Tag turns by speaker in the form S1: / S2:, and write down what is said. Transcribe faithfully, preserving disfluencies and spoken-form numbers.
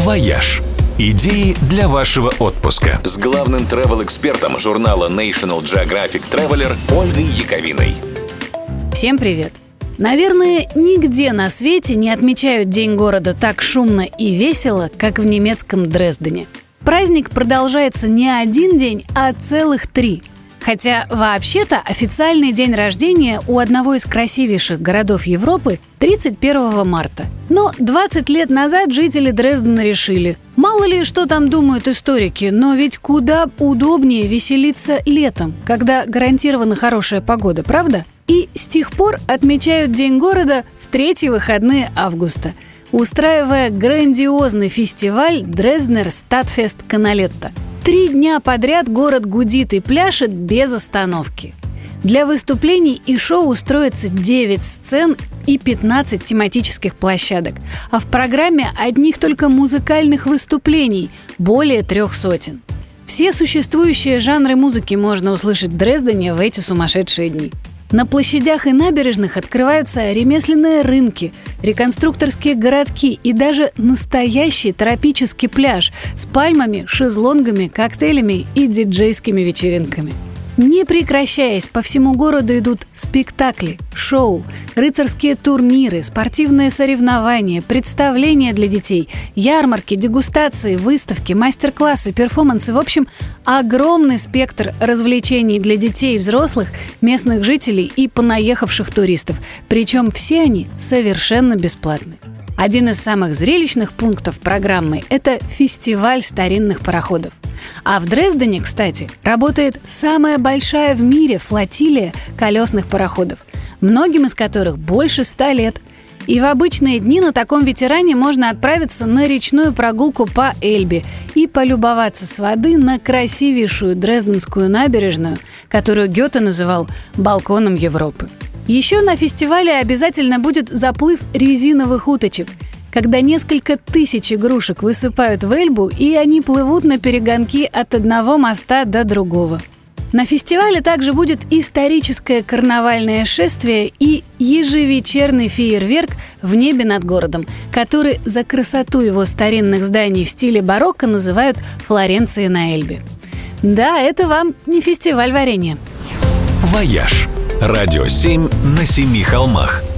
S1: «Вояж». Идеи для вашего отпуска. С главным travel-экспертом журнала National Geographic Traveler Ольгой Яковиной.
S2: Всем привет! Наверное, нигде на свете не отмечают День города так шумно и весело, как в немецком Дрездене. Праздник продолжается не один день, а целых три. Хотя вообще-то официальный день рождения у одного из красивейших городов Европы тридцать первого марта. Но двадцать лет назад жители Дрездена решили: мало ли что там думают историки, но ведь куда удобнее веселиться летом, когда гарантирована хорошая погода, правда? И с тех пор отмечают День города в третьи выходные августа, устраивая грандиозный фестиваль Дрезднер Стадтфест Каналетто. Три дня подряд город гудит и пляшет без остановки. Для выступлений и шоу устроится девять сцен и пятнадцать тематических площадок, а в программе одних только музыкальных выступлений более трех сотен. Все существующие жанры музыки можно услышать в Дрездене в эти сумасшедшие дни. На площадях и набережных открываются ремесленные рынки, реконструкторские городки и даже настоящий тропический пляж с пальмами, шезлонгами, коктейлями и диджейскими вечеринками. Не прекращаясь, по всему городу идут спектакли, шоу, рыцарские турниры, спортивные соревнования, представления для детей, ярмарки, дегустации, выставки, мастер-классы, перформансы. В общем, огромный спектр развлечений для детей и взрослых, местных жителей и понаехавших туристов. Причем все они совершенно бесплатны. Один из самых зрелищных пунктов программы – это фестиваль старинных пароходов. А в Дрездене, кстати, работает самая большая в мире флотилия колесных пароходов, многим из которых больше ста лет. И в обычные дни на таком ветеране можно отправиться на речную прогулку по Эльбе и полюбоваться с воды на красивейшую дрезденскую набережную, которую Гёте называл «балконом Европы». Еще на фестивале обязательно будет заплыв резиновых уточек, когда несколько тысяч игрушек высыпают в Эльбу, и они плывут на перегонки от одного моста до другого. На фестивале также будет историческое карнавальное шествие и ежевечерний фейерверк в небе над городом, который за красоту его старинных зданий в стиле барокко называют Флоренцией на Эльбе. Да, это вам не фестиваль варенья.
S1: «Вояж». Радио семь на семи холмах.